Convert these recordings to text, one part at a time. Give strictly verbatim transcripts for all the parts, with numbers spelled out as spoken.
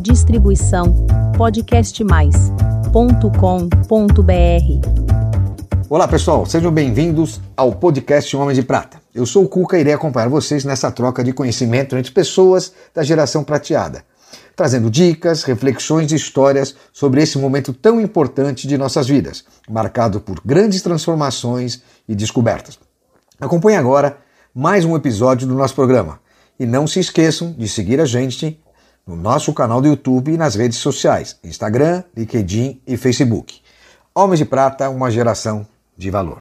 Distribuição podcast mais ponto com ponto b r. Olá pessoal, sejam bem-vindos ao podcast Homem de Prata. Eu sou o Cuca e irei acompanhar vocês nessa troca de conhecimento entre pessoas da geração prateada, trazendo dicas, reflexões e histórias sobre esse momento tão importante de nossas vidas, marcado por grandes transformações e descobertas. Acompanhe agora mais um episódio do nosso programa e não se esqueçam de seguir a gente no nosso canal do YouTube e nas redes sociais, Instagram, LinkedIn e Facebook. Homens de Prata, uma geração de valor.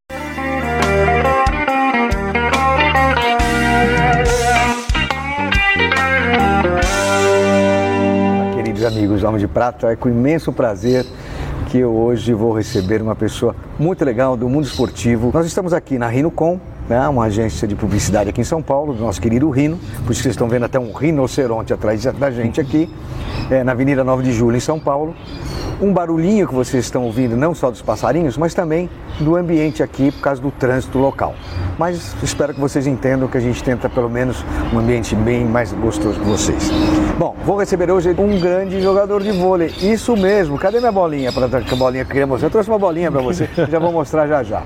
Queridos amigos, Homens de Prata, é com imenso prazer que eu hoje vou receber uma pessoa muito legal do mundo esportivo. Nós estamos aqui na RhinoCon, né, uma agência de publicidade aqui em São Paulo, do nosso querido Rhino, por isso que vocês estão vendo até um rinoceronte atrás da gente aqui, é, na Avenida nove de Julho, em São Paulo. Um barulhinho que vocês estão ouvindo, não só dos passarinhos, mas também do ambiente aqui, por causa do trânsito local. Mas espero que vocês entendam que a gente tenta, pelo menos, um ambiente bem mais gostoso com vocês. Bom, vou receber hoje um grande jogador de vôlei. Isso mesmo. Cadê minha bolinha? Para a bolinha que eu queria mostrar. Eu trouxe uma bolinha para você, já vou mostrar já já.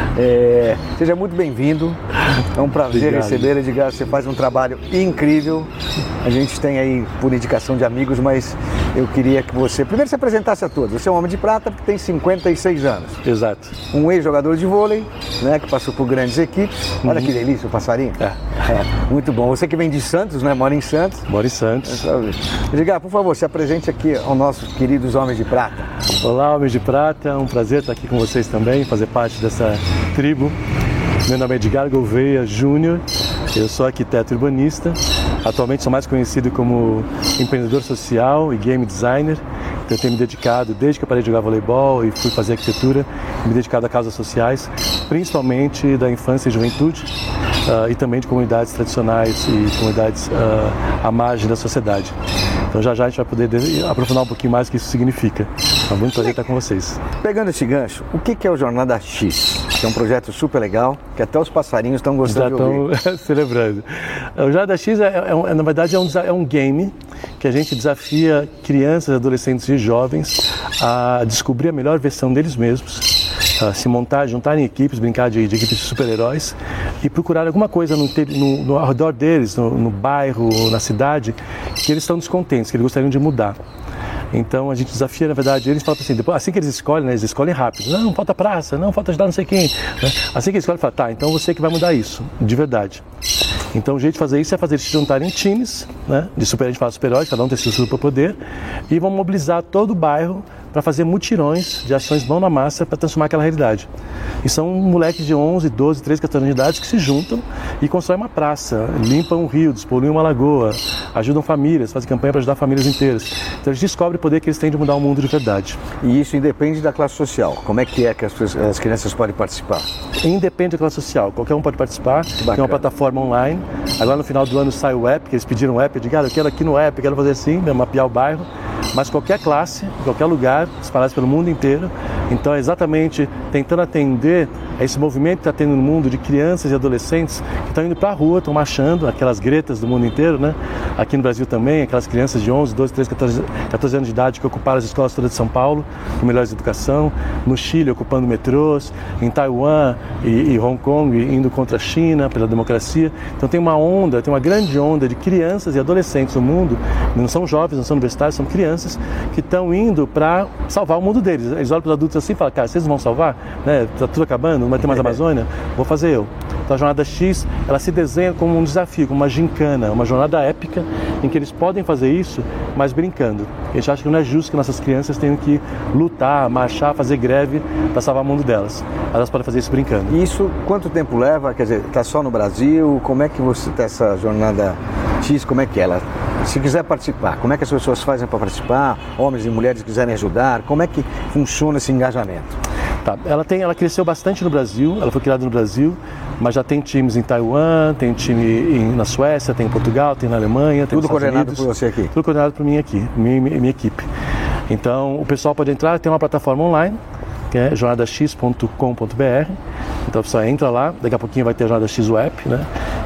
É, seja muito bem-vindo. É um prazer Obrigado. receber, Edgar. Você faz um trabalho incrível. A gente tem aí por indicação de amigos, mas eu queria que você primeiro se apresentasse a todos. Você é um homem de prata porque tem cinquenta e seis anos. Exato. Um ex-jogador de vôlei, né, que passou por grandes equipes. Olha uhum. que delícia o passarinho. É. É, muito bom. Você que vem de Santos, né? Mora em Santos. Mora em Santos. Edgar, por favor, se apresente aqui aos nossos queridos Homens de Prata. Olá, Homens de Prata. É um prazer estar aqui com vocês também, fazer parte dessa tribo. Meu nome é Edgar Gouveia Júnior, eu sou arquiteto urbanista, atualmente sou mais conhecido como empreendedor social e game designer. Eu tenho me dedicado, desde que eu parei de jogar voleibol e fui fazer arquitetura, me dedicado a causas sociais, principalmente da infância e juventude, uh, e também de comunidades tradicionais e comunidades uh, à margem da sociedade. Então já já a gente vai poder aprofundar um pouquinho mais o que isso significa. É muito prazer estar com vocês. Pegando esse gancho, o que é o Jornada X? Que é um projeto super legal, que até os passarinhos estão gostando já de ouvir. estão celebrando. O Jornada X, é, é, na verdade, é um, é um game que a gente desafia crianças, adolescentes e jovens a descobrir a melhor versão deles mesmos, a se montar, juntar em equipes, brincar de, de equipes de super-heróis e procurar alguma coisa no, no, no, ao redor deles, no, no bairro, na cidade, que eles estão descontentes, que eles gostariam de mudar. Então a gente desafia, na verdade, eles falam assim, depois, assim que eles escolhem, né, eles escolhem rápido. Não, falta praça, não, falta ajudar não sei quem. Né? Assim que eles escolhem, fala, tá, então você que vai mudar isso, de verdade. Então o jeito de fazer isso é fazer eles se juntarem em times, né, de super, a gente fala super-heróis, cada um tem seu superpoder, e vão mobilizar todo o bairro para fazer mutirões de ações mão na massa para transformar aquela realidade. E são moleques de onze, doze, treze, quatorze anos de idade que se juntam e constroem uma praça, limpam um rio, despoluem uma lagoa, ajudam famílias, fazem campanha para ajudar famílias inteiras. Então eles descobrem o poder que eles têm de mudar o mundo de verdade. E isso independe da classe social? Como é que é que as, as crianças podem participar? Independe da classe social, qualquer um pode participar, tem uma plataforma online. Agora no final do ano sai o app, que eles pediram o app, eu digo, cara, eu quero aqui no app, eu quero fazer assim, mapear o bairro. Mas qualquer classe, qualquer lugar, espalhados pelo mundo inteiro. Então é exatamente tentando atender a esse movimento que está tendo no mundo de crianças e adolescentes que estão indo para a rua, estão marchando, aquelas gretas do mundo inteiro, né? Aqui no Brasil também, aquelas crianças de onze, doze, treze, quatorze anos de idade que ocuparam as escolas todas de São Paulo, com melhores de educação. No Chile, ocupando metrôs. Em Taiwan e, e Hong Kong, indo contra a China, pela democracia. Então tem uma onda, tem uma grande onda de crianças e adolescentes no mundo, não são jovens, não são universitários, são crianças que estão indo para salvar o mundo deles. Eles olham para os adultos assim e falam, cara, vocês vão salvar? Né? Tá tudo acabando, não vai ter mais Amazônia? Vou fazer eu. Então a Jornada X, ela se desenha como um desafio, como uma gincana, uma jornada épica em que eles podem fazer isso, mas brincando. A gente acha que não é justo que nossas crianças tenham que lutar, marchar, fazer greve para salvar o mundo delas. Elas podem fazer isso brincando. E isso quanto tempo leva? Quer dizer, está só no Brasil? Como é que você tem essa Jornada X? Como é que é ela? Se quiser participar, como é que as pessoas fazem para participar? Homens e mulheres quiserem ajudar, como é que funciona esse engajamento? Tá, ela, tem, ela cresceu bastante no Brasil, ela foi criada no Brasil, mas já tem times em Taiwan, tem time em, na Suécia, tem em Portugal, tem na Alemanha, tem Tudo nos Estados coordenado Unidos. por você aqui? Tudo coordenado por mim aqui, minha, minha, minha equipe. Então o pessoal pode entrar, tem uma plataforma online, que é jornada x ponto com ponto b r. Então a pessoa entra lá, daqui a pouquinho vai ter a Jornada X Web, né?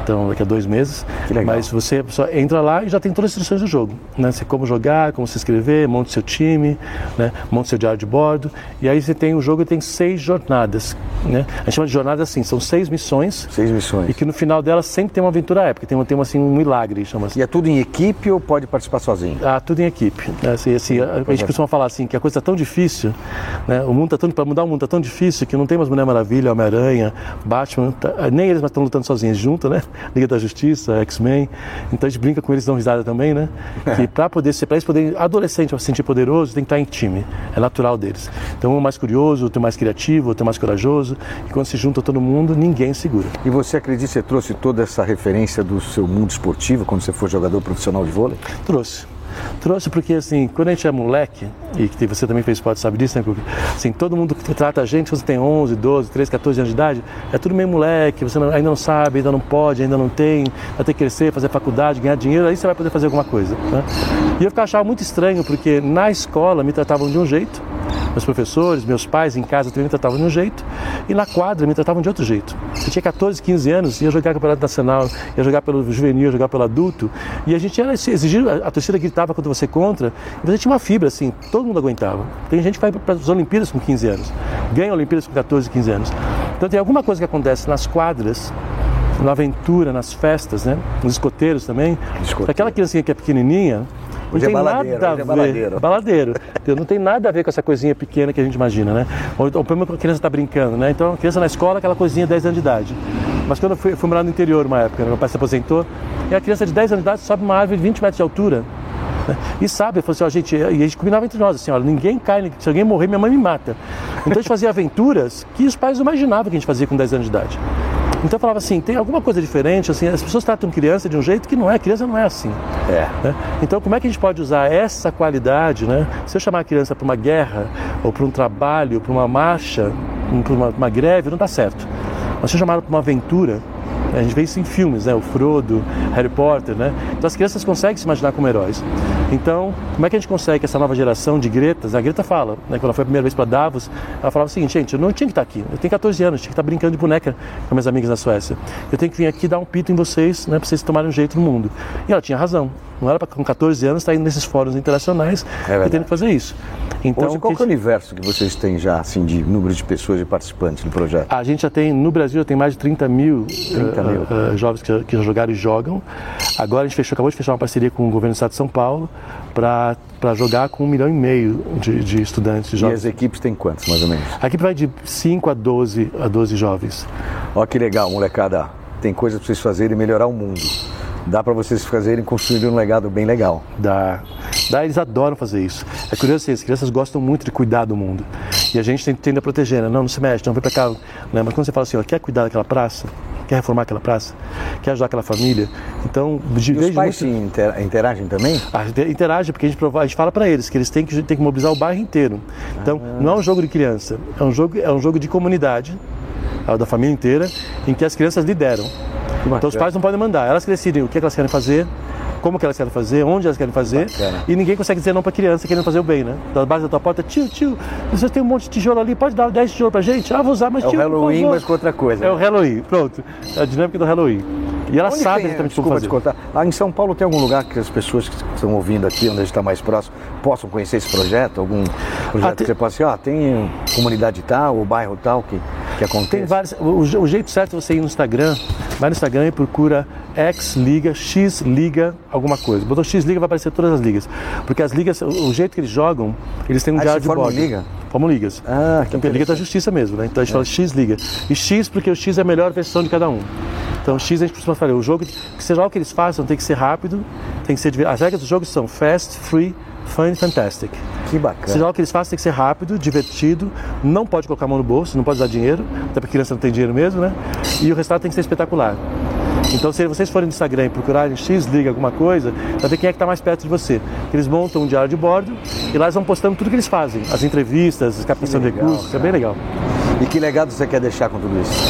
então daqui a dois meses. Mas você só entra lá e já tem todas as instruções do jogo, né? Você como jogar, como se inscrever, monte seu time, né? Monte seu diário de bordo, e aí você tem o jogo e tem seis jornadas, né? A gente chama de jornada assim, são seis missões. Seis missões. E que no final delas sempre tem uma aventura épica, tem, uma, tem uma, assim, um milagre, chama assim. E é tudo em equipe ou pode participar sozinho? Ah, tudo em equipe. Assim, assim, a, a gente costuma falar assim, que a coisa está tão difícil, né? O mundo tá tão, para mudar o mundo está tão difícil que não tem mais Mulher Maravilha, Homem-Aranha, Batman, tá, nem eles mais estão lutando sozinhos, junto, né? Liga da Justiça, X-Men. Então a gente brinca com eles, dão risada também, né? Que para poder ser, para eles poderem, adolescente, se sentir poderoso, tem que estar em time. É natural deles. Então um é mais curioso, outro é mais criativo, outro é mais corajoso. E quando se junta todo mundo, ninguém segura. E você acredita que você trouxe toda essa referência do seu mundo esportivo quando você foi jogador profissional de vôlei? Trouxe. Trouxe porque, assim, quando a gente é moleque, e que você também fez parte, sabe disso, né? Assim, todo mundo que trata a gente, você tem onze, doze, treze, catorze anos de idade, é tudo meio moleque, você não, ainda não sabe, ainda não pode, ainda não tem, vai ter que crescer, fazer faculdade, ganhar dinheiro, aí você vai poder fazer alguma coisa, né? E eu achava muito estranho, porque na escola me tratavam de um jeito, meus professores, meus pais em casa também me tratavam de um jeito, e na quadra me tratavam de outro jeito. Eu tinha catorze, quinze anos, ia jogar campeonato nacional, ia jogar pelo juvenil, ia jogar pelo adulto, e a gente era exigido, a torcida gritava quando você contra, e você tinha uma fibra assim, todo mundo aguentava. Tem gente que vai para as Olimpíadas com quinze anos, ganha Olimpíadas com catorze, quinze anos. Então tem alguma coisa que acontece nas quadras, na aventura, nas festas, né? Nos escoteiros também. Escoteiro. Aquela criancinha que é pequenininha, não hoje tem é nada a é ver, baladeiro. baladeiro. Não tem nada a ver com essa coisinha pequena que a gente imagina, né? Ou então, a criança está brincando, né? Então, a criança na escola, aquela coisinha de dez anos de idade. Mas quando eu fui, fui morar no interior uma época, né? Meu pai se aposentou, e a criança de dez anos de idade sobe uma árvore de vinte metros de altura, né? E sabe, falou assim, ó, gente, e a gente combinava entre nós, assim, ó, ninguém cai, se alguém morrer, minha mãe me mata. Então a gente fazia aventuras que os pais não imaginavam que a gente fazia com dez anos de idade. Então eu falava assim, tem alguma coisa diferente, assim, as pessoas tratam criança de um jeito que não é, criança não é assim. É. Né? Então como é que a gente pode usar essa qualidade, né? Se eu chamar a criança para uma guerra, ou para um trabalho, para uma marcha, para uma, uma greve, não dá certo. Mas se eu chamar para uma aventura, a gente vê isso em filmes, né? O Frodo, Harry Potter, né? Então as crianças conseguem se imaginar como heróis. Então, como é que a gente consegue que essa nova geração de Gretas, a Greta fala, né? Quando ela foi a primeira vez para Davos, ela falava o seguinte, gente, eu não tinha que estar aqui, eu tenho catorze anos, tinha que estar brincando de boneca com minhas amigas na Suécia. Eu tenho que vir aqui dar um pito em vocês, né? Para vocês tomarem um jeito no mundo. E ela tinha razão. Não era para com catorze anos estar indo nesses fóruns internacionais é e tendo que fazer isso. Então, hoje, qual que é o universo que vocês têm já, assim, de número de pessoas e participantes do projeto? A gente já tem, no Brasil, já tem mais de trinta mil, trinta mil. Uh, uh, jovens que, que já jogaram e jogam. Agora a gente fechou, acabou de fechar uma parceria com o governo do estado de São Paulo para jogar com um milhão e meio de, de estudantes de jovens. E as equipes têm quantos, mais ou menos? A equipe vai de cinco a doze jovens. Ó, que legal, molecada. Tem coisa para vocês fazerem e melhorar o mundo. Dá para vocês fazerem e construir um legado bem legal. Dá. Dá, eles adoram fazer isso. É curioso, as crianças gostam muito de cuidar do mundo. E a gente tende a proteger, né? Não, não se mexe, não vem para cá. Né? Mas quando você fala assim, ó, quer cuidar daquela praça? Quer reformar aquela praça? Quer ajudar aquela família? Então, de e vez os pais muito... inter, interagem também? Ah, interage, porque a gente, prova, a gente fala para eles que eles têm que, têm que mobilizar o bairro inteiro. Então, ah. não é um jogo de criança, é um jogo, é um jogo de comunidade, é da família inteira, em que as crianças lideram. Então os pais não podem mandar, elas que decidem o que elas querem fazer, como que elas querem fazer, onde elas querem fazer. Bacana. E ninguém consegue dizer não para a criança querendo fazer o bem, né? Da base da tua porta, tio, tio, você tem um monte de tijolo ali, pode dar dez tijolos pra gente? Ah, vou usar, mas é tio, É o Halloween, por mas com outra coisa. É né? o Halloween, pronto. É a dinâmica do Halloween. E elas sabem exatamente como fazer. Contar. Lá em São Paulo tem algum lugar que as pessoas que estão ouvindo aqui, onde a gente está mais próximo, possam conhecer esse projeto? Algum projeto ah, tem... que você possa dizer, ó, tem comunidade tal, ou bairro tal que, que acontece? Tem vários. O, o jeito certo é você ir no Instagram, vai no Instagram e procura X-Liga, X-Liga, alguma coisa. Botou X-Liga, vai aparecer todas as ligas. Porque as ligas, o jeito que eles jogam, eles têm um ah, diário de bordo. Liga? Formam ligas. Ah, que então, Liga da Justiça mesmo, né? Então a gente é. fala X-Liga. E X porque o X é a melhor versão de cada um. Então X a gente costuma falar, o jogo, que seja o que eles façam, tem que ser rápido, tem que ser divertido. As regras do jogo são fast, free, fun e fantastic. Que bacana. Seja o que eles façam, tem que ser rápido, divertido, não pode colocar a mão no bolso, não pode usar dinheiro, até porque a criança não tem dinheiro mesmo, né? E o resultado tem que ser espetacular. Então, se vocês forem no Instagram e procurarem X-Liga alguma coisa, vai ver quem é que está mais perto de você. Eles montam um diário de bordo e lá eles vão postando tudo que eles fazem. As entrevistas, a captação de recursos, isso é bem legal. E que legado você quer deixar com tudo isso?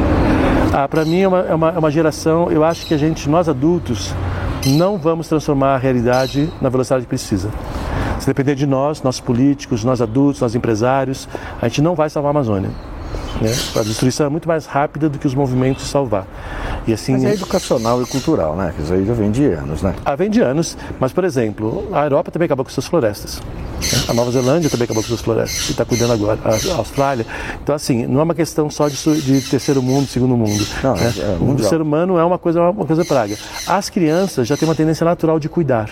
Ah, para mim é uma, é, uma, é uma geração, eu acho que a gente, nós adultos, não vamos transformar a realidade na velocidade que precisa. Se depender de nós, nossos políticos, nós adultos, nós empresários, a gente não vai salvar a Amazônia. Né? A destruição é muito mais rápida do que os movimentos de salvar. E assim, mas é educacional e cultural, né? Isso aí já vem de anos, né? Ah, vem de anos, mas, por exemplo, a Europa também acabou com suas florestas. A Nova Zelândia também acabou com suas florestas, e está cuidando agora, a Austrália. Então, assim, não é uma questão só de, de terceiro mundo, segundo mundo. Não, né? é O ser humano é uma coisa, uma coisa praga. As crianças já têm uma tendência natural de cuidar.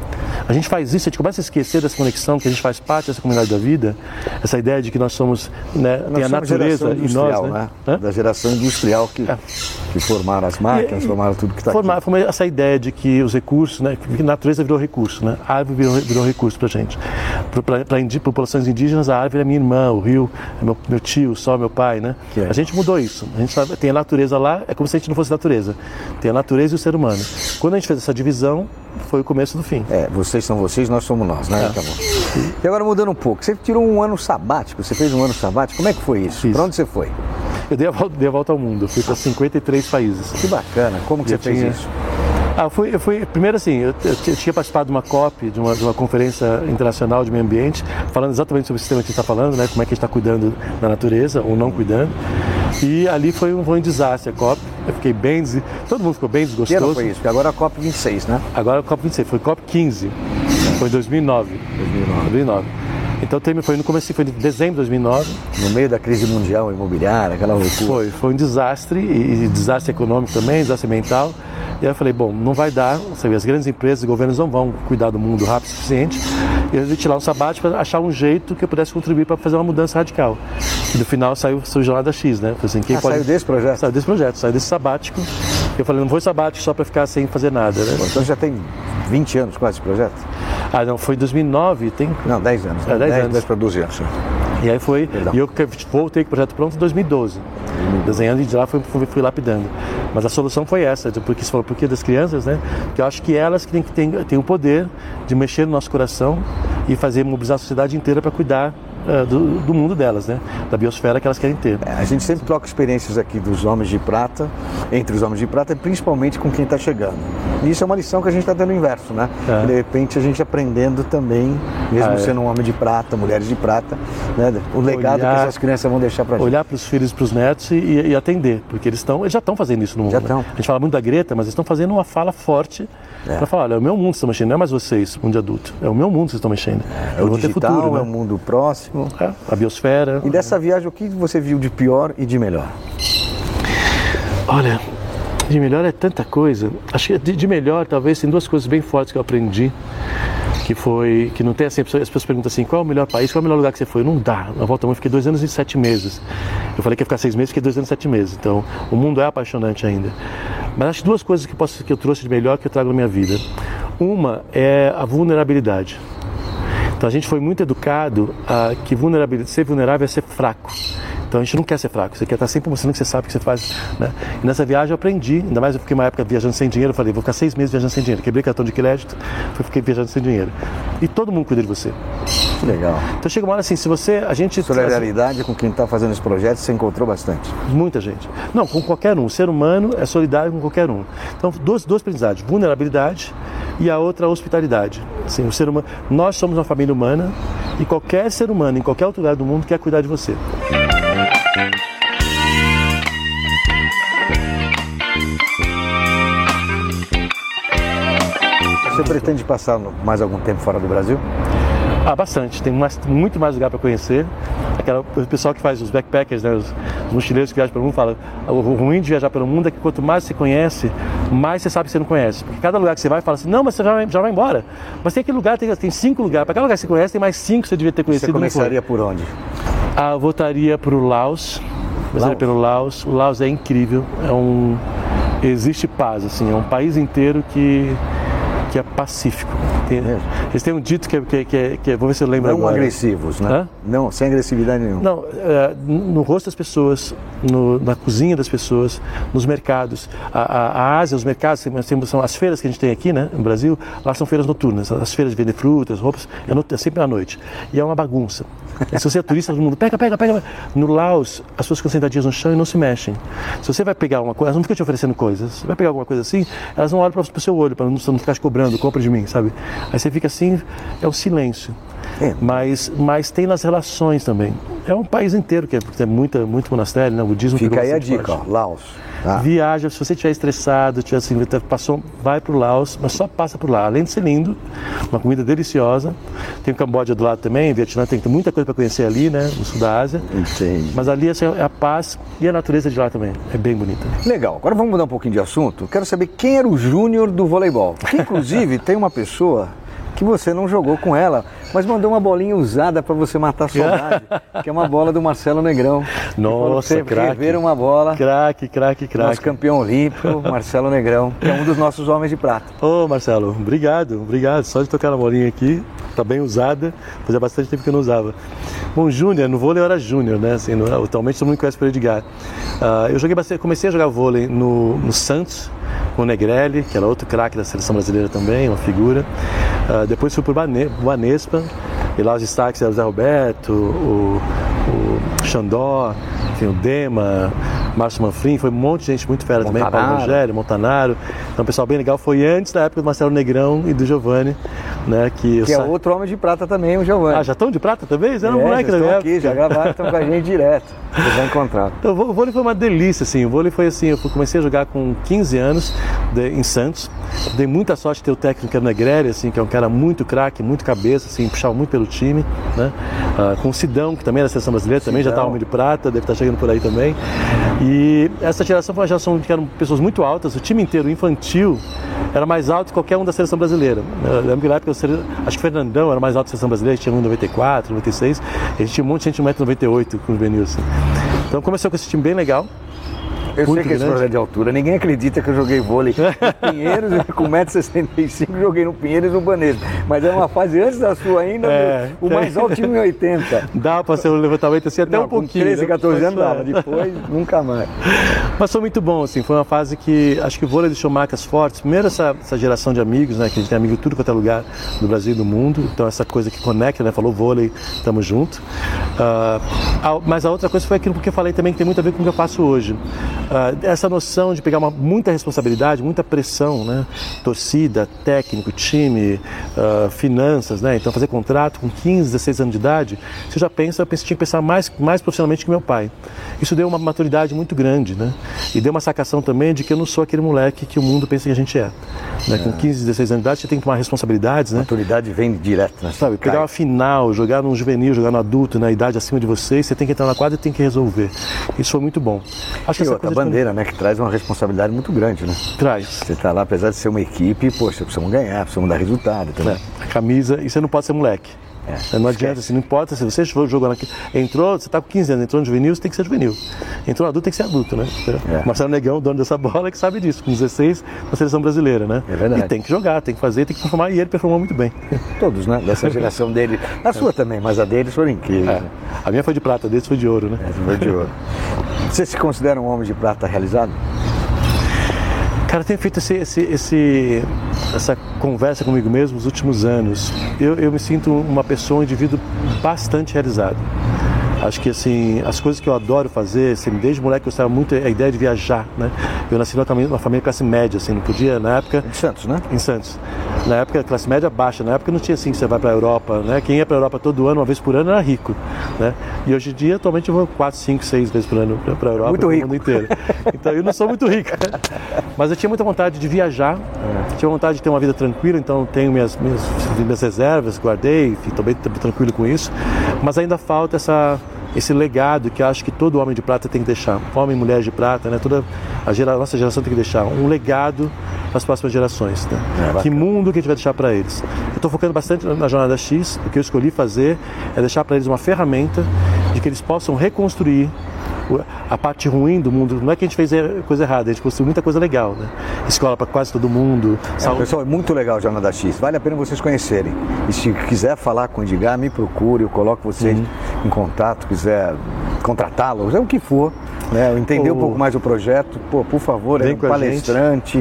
A gente faz isso, a gente começa a esquecer dessa conexão, que a gente faz parte dessa comunidade da vida, essa ideia de que nós somos, né, nós tem a natureza e nós, né? né? Da geração industrial que, é. que formaram as máquinas, e, formaram tudo que está aqui. Formar essa ideia de que os recursos, né, que a natureza virou recurso, né? A árvore virou, virou recurso para a gente. Para populações indígenas, a árvore é minha irmã, o rio é meu, meu tio, o sol é meu pai, né? É. A gente mudou isso. A gente sabe, tem a natureza lá, é como se a gente não fosse natureza. Tem a natureza e o ser humano. Quando a gente fez essa divisão, foi o começo do fim. É, vocês são vocês, nós somos nós, né? É. Tá bom. E agora mudando um pouco, você tirou um ano sabático, você fez um ano sabático, como é que foi isso? Para onde você foi? Eu dei a volta, dei a volta ao mundo, fui para cinquenta e três países. Que bacana, como que eu você tinha... fez isso? Ah, eu fui, eu fui, primeiro assim, eu, eu tinha participado de uma COP, de uma, de uma conferência internacional de meio ambiente, falando exatamente sobre o sistema que a gente está falando, né? Como é que a gente está cuidando da natureza ou não cuidando. E ali foi um, foi um desastre a COP, eu fiquei bem, todo mundo ficou bem desgostoso. Que ano foi isso? Porque agora é a COP vinte e seis, né? Agora é a COP vinte e seis, foi COP quinze, foi em dois mil e nove. dois mil e nove. Então foi no começo, foi em dezembro de dois mil e nove. No meio da crise mundial imobiliária, aquela loucura. Foi, foi um desastre, e, e desastre econômico também, desastre mental. E aí eu falei, bom, não vai dar, sabe, as grandes empresas e governos não vão cuidar do mundo rápido o suficiente. E eu resolvi tirar um sabático para achar um jeito que eu pudesse contribuir para fazer uma mudança radical. E no final saiu o Jornada X, né? Assim, quem ah, pode... Saiu desse projeto? Saiu desse projeto, saiu desse sabático. Eu falei, não vou sabático só para ficar sem fazer nada, né? Bom, então já tem vinte anos quase esse projeto? Ah, não, foi em dois mil e nove, tem... Não, dez anos. É, dez anos. dez para doze anos. E aí foi, Perdão. e eu voltei com o projeto pronto em dois mil e doze, desenhando e de lá fui, fui, fui lapidando. Mas a solução foi essa, porque você falou, por que das crianças, né? Porque eu acho que elas que têm, que têm, têm o poder de mexer no nosso coração e fazer mobilizar a sociedade inteira para cuidar uh, do, do mundo delas, né? Da biosfera que elas querem ter. É, a gente sempre troca experiências aqui dos homens de prata, entre os homens de prata, principalmente com quem está chegando. E isso é uma lição que a gente está tendo inverso, né? É. De repente a gente aprendendo também, mesmo ah, é. sendo um homem de prata, mulheres de prata, né? O legado olhar, que essas crianças vão deixar para a gente. Olhar para os filhos e para os netos e, e atender, porque eles, tão, eles já estão fazendo isso no mundo. Já estão. Né? A gente fala muito da Greta, mas eles estão fazendo uma fala forte é. para falar, olha, é o meu mundo que vocês estão mexendo, não é mais vocês, mundo de adulto, é o meu mundo que vocês estão mexendo. É, é o digital, futuro, né? É o mundo próximo. É, a biosfera. E dessa viagem, o que você viu de pior e de melhor? Olha, de melhor é tanta coisa. Acho que de, de melhor, talvez, tem duas coisas bem fortes que eu aprendi. Que foi, que não tem assim, as pessoas perguntam assim, qual é o melhor país, qual é o melhor lugar que você foi? Não dá, na volta eu fiquei dois anos e sete meses. Eu falei que ia ficar seis meses, fiquei dois anos e sete meses. Então, o mundo é apaixonante ainda. Mas acho duas coisas que, posso, que eu trouxe de melhor que eu trago na minha vida. Uma é a vulnerabilidade. Então, a gente foi muito educado a que vulnerabilidade, ser vulnerável é ser fraco. Então a gente não quer ser fraco, você quer estar sempre mostrando que você sabe o que você faz, né? E nessa viagem eu aprendi, ainda mais eu fiquei uma época viajando sem dinheiro, eu falei, vou ficar seis meses viajando sem dinheiro, quebrei cartão de crédito, fiquei viajando sem dinheiro. E todo mundo cuida de você. Que legal. Então chega uma hora assim, se você, a gente... Solidariedade com quem está fazendo esse projeto, você encontrou bastante? Muita gente. Não, com qualquer um, o ser humano é solidário com qualquer um. Então duas, duas aprendizagens, vulnerabilidade e a outra hospitalidade. Assim, o ser humano, nós somos uma família humana e qualquer ser humano, em qualquer outro lugar do mundo, quer cuidar de você. Você pretende passar mais algum tempo fora do Brasil? Ah, bastante. Tem mais, muito mais lugar para conhecer. Aquela, o pessoal que faz os backpackers, né, os, os mochileiros que viajam pelo mundo, fala o ruim de viajar pelo mundo é que quanto mais você conhece, mais você sabe que você não conhece. Porque cada lugar que você vai, fala assim, não, mas você já vai, já vai embora. Mas tem aquele lugar, tem, tem cinco lugares. Para cada lugar que você conhece, tem mais cinco que você devia ter conhecido. Você começaria por onde? Ah, eu voltaria para o Laos. Laos? Pelo Laos. O Laos é incrível. É um... Existe paz, assim. É um país inteiro que... que é pacífico. Tem, eles têm um dito que é, que, que, que vou ver se eu lembro não agora. Não agressivos, né? Hã? Não, sem agressividade nenhuma. Não, é, no rosto das pessoas, no, na cozinha das pessoas, nos mercados. A, a, a Ásia, os mercados, são as feiras que a gente tem aqui, né, no Brasil, lá são feiras noturnas. As feiras de vender frutas, roupas, é, no, é sempre à noite. E é uma bagunça. E se você é turista, todo mundo pega, pega, pega. No Laos, as pessoas ficam sentadinhas no chão e não se mexem. Se você vai pegar uma coisa, elas não ficam te oferecendo coisas. Você vai pegar alguma coisa assim, elas não olham para o seu olho, para não, não ficar te cobrando, compra de mim, sabe? Aí você fica assim, é o silêncio. É. Mas, mas tem nas relações também. É um país inteiro que tem muita, muito monastério, né? O budismo. Fica aí a dica, ó, Laos. Ah. Viaja, se você estiver estressado, tiver assim, passou, vai para o Laos, mas só passa por lá. Além de ser lindo, uma comida deliciosa. Tem o Camboja do lado também, Vietnã tem muita coisa para conhecer ali, né? No sul da Ásia. Entendi. Mas ali assim, é a paz e a natureza de lá também. É bem bonita. Legal. Agora vamos mudar um pouquinho de assunto. Quero saber quem era o Júnior do voleibol. Que, inclusive, tem uma pessoa que você não jogou com ela, mas mandou uma bolinha usada para você matar a saudade, que é uma bola do Marcelo Negrão. Nossa, craque. Rever uma bola. Craque, craque, craque. Nosso campeão olímpico, Marcelo Negrão, que é um dos nossos homens de prata. Ô, Marcelo, obrigado, obrigado. Só de tocar na bolinha aqui, tá bem usada, fazia bastante tempo que eu não usava. Bom, Júnior, no vôlei eu era Júnior, né? Assim, no, atualmente todo mundo conhece pelo Edgar. Uh, eu joguei bastante, comecei a jogar vôlei no, no Santos, com o Negrelli, que era outro craque da seleção brasileira também, uma figura. Uh, depois fui para o Banespa, e lá os destaques eram o Zé Roberto, o, o Xandó, enfim, o Dema, Márcio Manfrim, foi um monte de gente muito fera também, Paulo Rogério, Montanaro. Então, um pessoal bem legal. Foi antes da época do Marcelo Negrão e do Giovanni, né? Que, que é sa... outro homem de prata também, o Giovanni. Ah, já estão de prata também? Eles eram é, moleque já na estão época. aqui, já gravaram, estão com a gente direto. Vocês vão encontrar. Então, o vôlei foi uma delícia, assim. O vôlei foi assim, eu comecei a jogar com quinze anos de, em Santos. Dei muita sorte de ter o técnico que era o Negrelli, assim, que é um cara muito craque, muito cabeça, assim, puxava muito pelo time, né? Ah, com o Sidão, que também era da seleção brasileira, também Sidão. Já estava homem de prata, deve estar chegando por aí também. E essa geração foi uma geração que eram pessoas muito altas, o time inteiro infantil era mais alto que qualquer um da seleção brasileira. Eu lembro que na época, eu, acho que o Fernandão era mais alto da seleção brasileira, tinha um metro e noventa e quatro, noventa e seis, e a gente tinha um monte de gente de um metro e noventa e oito com o Benilson. Então começou com esse time bem legal. Eu muito sei que esse grande. projeto de altura, ninguém acredita que eu joguei vôlei no Pinheiros, com um metro e sessenta e cinco joguei no Pinheiros e no Banespa. Mas era uma fase antes da sua ainda, é, o mais alto tinha um e oitenta. Dá para ser um levantamento assim até Não, um pouquinho. Com treze, quatorze né? anos dava, depois nunca mais. Mas foi muito bom, assim, foi uma fase que acho que o vôlei deixou marcas fortes. Primeiro essa, essa geração de amigos, né, que a gente tem amigo de tudo quanto é lugar do Brasil e do mundo. Então essa coisa que conecta, né, falou vôlei, tamo junto. Uh, a, mas a outra coisa foi aquilo que eu falei também, que tem muito a ver com o que eu faço hoje. Uh, essa noção de pegar uma, muita responsabilidade, muita pressão, né? Torcida, técnico, time, uh, finanças, né? Então fazer contrato com quinze, dezesseis anos de idade, você já pensa, eu pensei, tinha que pensar mais, mais profissionalmente que meu pai. Isso deu uma maturidade muito grande, né? E deu uma sacação também de que eu não sou aquele moleque que o mundo pensa que a gente é. Né? É. Com quinze, dezesseis anos de idade, você tem que tomar responsabilidades, né? Maturidade vem direto, né? Sabe, pegar uma final, jogar num juvenil, jogar no adulto, na idade acima de você, você tem que entrar na quadra e tem que resolver. Isso foi muito bom. Acho e que essa outra coisa bandeira, de... né? Que traz uma responsabilidade muito grande, né? Traz. Você está lá, apesar de ser uma equipe, poxa, precisamos ganhar, precisamos dar resultado. Também. É, a camisa, e você não pode ser moleque. É, não adianta, assim, não importa se você jogou aqui, entrou, você está com quinze anos, entrou no juvenil, você tem que ser juvenil. Entrou no adulto, tem que ser adulto, né? É. Marcelo Negão, o dono dessa bola, que sabe disso, com dezesseis na seleção brasileira, né? É verdade. E tem que jogar, tem que fazer, tem que performar, e ele performou muito bem. Todos, né? Dessa geração dele. A sua também, mas a deles foram incríveis. É. Né? A minha foi de prata, a deles foi de ouro, né? Essa foi de ouro. Você se considera um homem de prata realizado? Cara, eu tenho feito esse, esse, esse, essa conversa comigo mesmo nos últimos anos. Eu, eu me sinto uma pessoa, um indivíduo bastante realizado. Acho que assim, as coisas que eu adoro fazer, assim, desde moleque eu gostava muito a ideia de viajar, né? Eu nasci numa família classe média, assim, não podia, na época... Em Santos, né? Em Santos. Na época, classe média baixa, na época não tinha assim, que você vai para a Europa, né? Quem ia para a Europa todo ano, uma vez por ano, era rico, né? E hoje em dia, atualmente, eu vou quatro, cinco, seis vezes por ano para a Europa, muito rico. O mundo inteiro. Então, eu não sou muito rico. Mas eu tinha muita vontade de viajar, é. Tinha vontade de ter uma vida tranquila, então tenho minhas, minhas, minhas reservas, guardei, estou bem tranquilo com isso. Mas ainda falta essa... esse legado que eu acho que todo homem de prata tem que deixar, homem e mulher de prata, né? Toda a, gera, a nossa geração tem que deixar um legado para as próximas gerações, né? É, que mundo que a gente vai deixar para eles? Eu estou focando bastante na Jornada X, o que eu escolhi fazer é deixar para eles uma ferramenta de que eles possam reconstruir a parte ruim do mundo. Não é que a gente fez coisa errada, a gente construiu muita coisa legal, né? Escola para quase todo mundo. É, pessoal, é muito legal a Jornada X, vale a pena vocês conhecerem. E se quiser falar com o Edgar, me procure, eu coloco vocês uhum. em contato, quiser contratá-lo, o que for, né? Entender oh. um pouco mais o projeto, pô, por favor, é um palestrante,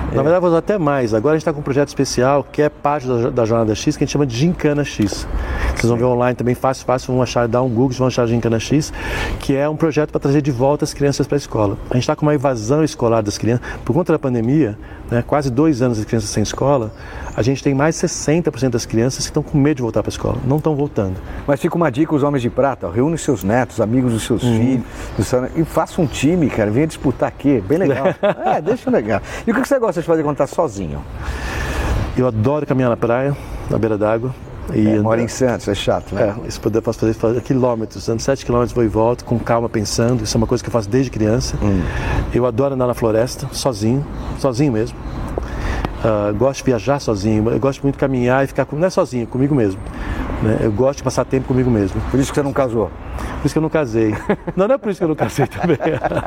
Na verdade, eu vou usar até mais. Agora a gente está com um projeto especial que é parte da, da Jornada X, que a gente chama de Gincana X. Vocês vão ver online também, fácil, fácil, vão achar, dar um Google, vão achar Gincana X, que é um projeto para trazer de volta as crianças para a escola. A gente está com uma evasão escolar das crianças. Por conta da pandemia, né, quase dois anos de crianças sem escola, a gente tem mais de sessenta por cento das crianças que estão com medo de voltar para a escola, não estão voltando. Mas fica uma dica, os homens de prata, ó, reúne seus netos, amigos dos seus uhum. filhos, do seu... e faça um time, cara, venha disputar aqui, bem legal. É, deixa legal. E o que você gosta de fazer quando está sozinho? Eu adoro caminhar na praia, na beira d'água. E é, mora em Santos, é chato, né? É, isso eu posso fazer, fazer quilômetros, ando sete quilômetros, vou e volto, com calma, pensando. Isso é uma coisa que eu faço desde criança. Hum. Eu adoro andar na floresta, sozinho, sozinho mesmo. Uh, gosto de viajar sozinho, eu gosto muito de caminhar e ficar, com... não é sozinho, comigo mesmo. Né? Eu gosto de passar tempo comigo mesmo. Por isso que você não casou? Por isso que eu não casei. Não, não é por isso que eu não casei também.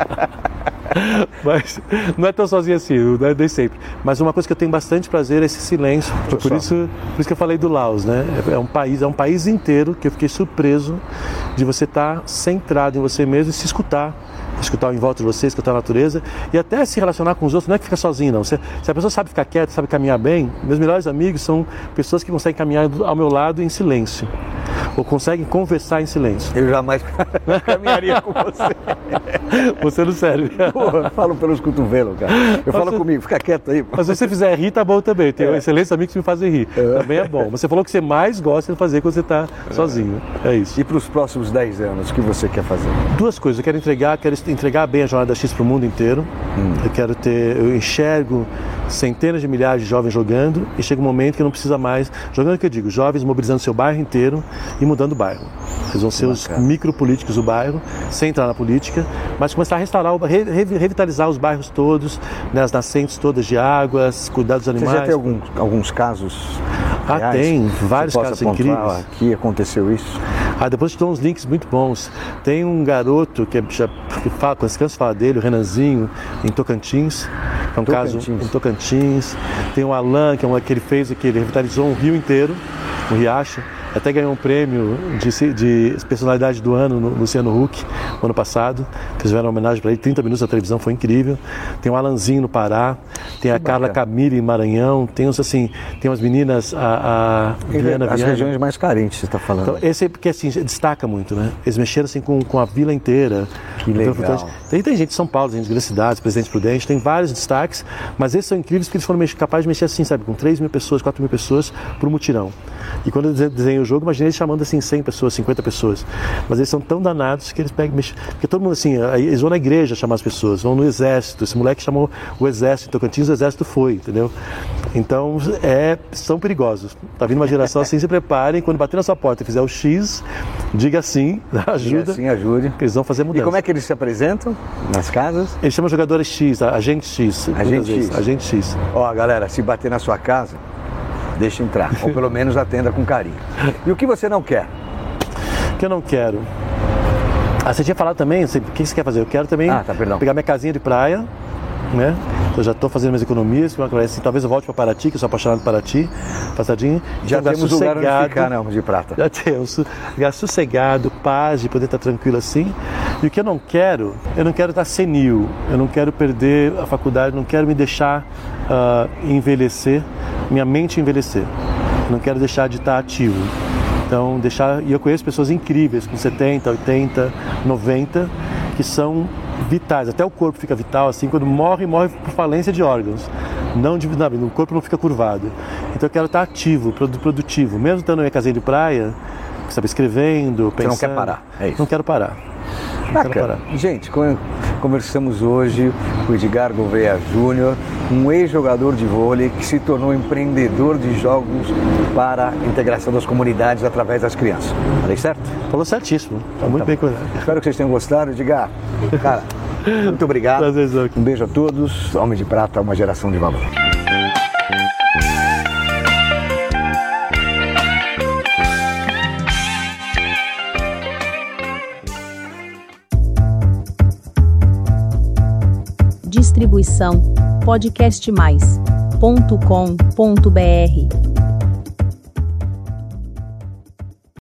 Mas não é tão sozinho assim, não é nem sempre. Mas uma coisa que eu tenho bastante prazer é esse silêncio. Por isso, por isso que eu falei do Laos, né? É um país, é um país inteiro que eu fiquei surpreso de você estar centrado em você mesmo e se escutar. Escutar em volta de você, escutar a natureza e até se relacionar com os outros, não é que fica sozinho não. Se, se a pessoa sabe ficar quieta, sabe caminhar bem, meus melhores amigos são pessoas que conseguem caminhar ao meu lado em silêncio. Ou conseguem conversar em silêncio. Eu jamais caminharia com você. Você não serve. Porra, eu falo pelos cotovelos, cara. Eu falo você... comigo, fica quieto aí. Mas se você fizer rir, tá bom também. Tem é. excelentes amigos que me fazem rir. É. Também é bom. Você falou que você mais gosta de fazer quando você está é. sozinho. É isso. E para os próximos dez anos, o que você quer fazer? Duas coisas. Eu quero entregar, quero entregar bem a Jornada X para o mundo inteiro. Hum. Eu quero ter, eu enxergo centenas de milhares de jovens jogando e chega um momento que não precisa mais, jogando o que eu digo, jovens mobilizando seu bairro inteiro e mudando o bairro. Eles vão ser os micropolíticos do bairro, sem entrar na política, mas começar a restaurar, re, re, revitalizar os bairros todos, né, as nascentes todas de águas, cuidar dos animais. Você já tem algum, alguns casos? Ah, reais, tem, vários casos incríveis. Aqui aconteceu isso? Ah, depois eu te dou uns links muito bons. Tem um garoto que, já, que fala, quando as crianças falam dele, o Renanzinho, em Tocantins. É um Tocantins. caso em Tocantins. Tem o Alan, que é um que ele fez, que ele revitalizou um rio inteiro, um riacho. Até ganhou um prêmio de, de personalidade do ano no Luciano Huck, no ano passado. Fizeram uma homenagem para ele, trinta minutos na televisão, foi incrível. Tem o Alanzinho no Pará, tem a que Carla bacana. Camille em Maranhão, tem uns assim, tem umas meninas, a, a Viana As Viana. regiões mais carentes, você está falando. Então, esse é porque assim, destaca muito, né? Eles mexeram assim com, com a vila inteira. Que legal. Tem, tem gente de São Paulo, gente de grandes cidades, Presidente Prudente, tem vários destaques, mas esses são incríveis porque eles foram capazes de mexer assim, sabe, com três mil pessoas, quatro mil pessoas por um mutirão. E quando eu desenho o jogo, imaginei eles chamando assim cem pessoas, cinquenta pessoas. Mas eles são tão danados que eles pegam, mexem. Porque todo mundo assim, eles vão na igreja chamar as pessoas, vão no exército. Esse moleque chamou o exército em Tocantins, o exército foi, entendeu? Então, é, são perigosos. Tá vindo uma geração assim, se preparem, quando bater na sua porta e fizer o X, diga sim, ajuda. Diga sim, ajude. Eles vão fazer mudança. E como é que eles se apresentam nas casas? Eles chamam jogadores X, agente X. Agente X. Agente X. Ó, galera, se bater na sua casa, deixa entrar, ou pelo menos atenda com carinho. E o que você não quer? O que eu não quero? Ah, você tinha falado também, o que você quer fazer? Eu quero também ah, tá, pegar minha casinha de praia, né? Eu já estou fazendo minhas economias, assim, talvez eu volte para Paraty, que eu sou apaixonado por Paraty, passadinho. Já temos lugar onde ficar, né, de prata. Já temos, lugar sossegado, paz, de poder estar tranquilo assim. E o que eu não quero, eu não quero estar senil, eu não quero perder a faculdade, não quero me deixar uh, envelhecer, minha mente envelhecer. Eu não quero deixar de estar ativo. Então, deixar, e eu conheço pessoas incríveis com setenta, oitenta, noventa, que são vitais, até o corpo fica vital, assim, quando morre, morre por falência de órgãos, não, de, não, o corpo não fica curvado. Então eu quero estar ativo, produtivo, mesmo estando na minha casinha de praia, sabe, escrevendo, pensando. Você não quer parar, é isso? Não quero parar. Não quero parar. Gente, conversamos hoje com o Edgar Gouveia Júnior, um ex-jogador de vôlei que se tornou empreendedor de jogos para a integração das comunidades através das crianças. Falei certo? Falou certíssimo. Está muito tá bem cuidado. Espero que vocês tenham gostado. Edgar, cara, muito obrigado. Prazer, um beijo a todos. Homem de Prata, uma geração de valor. Distribuição podcast mais ponto com ponto br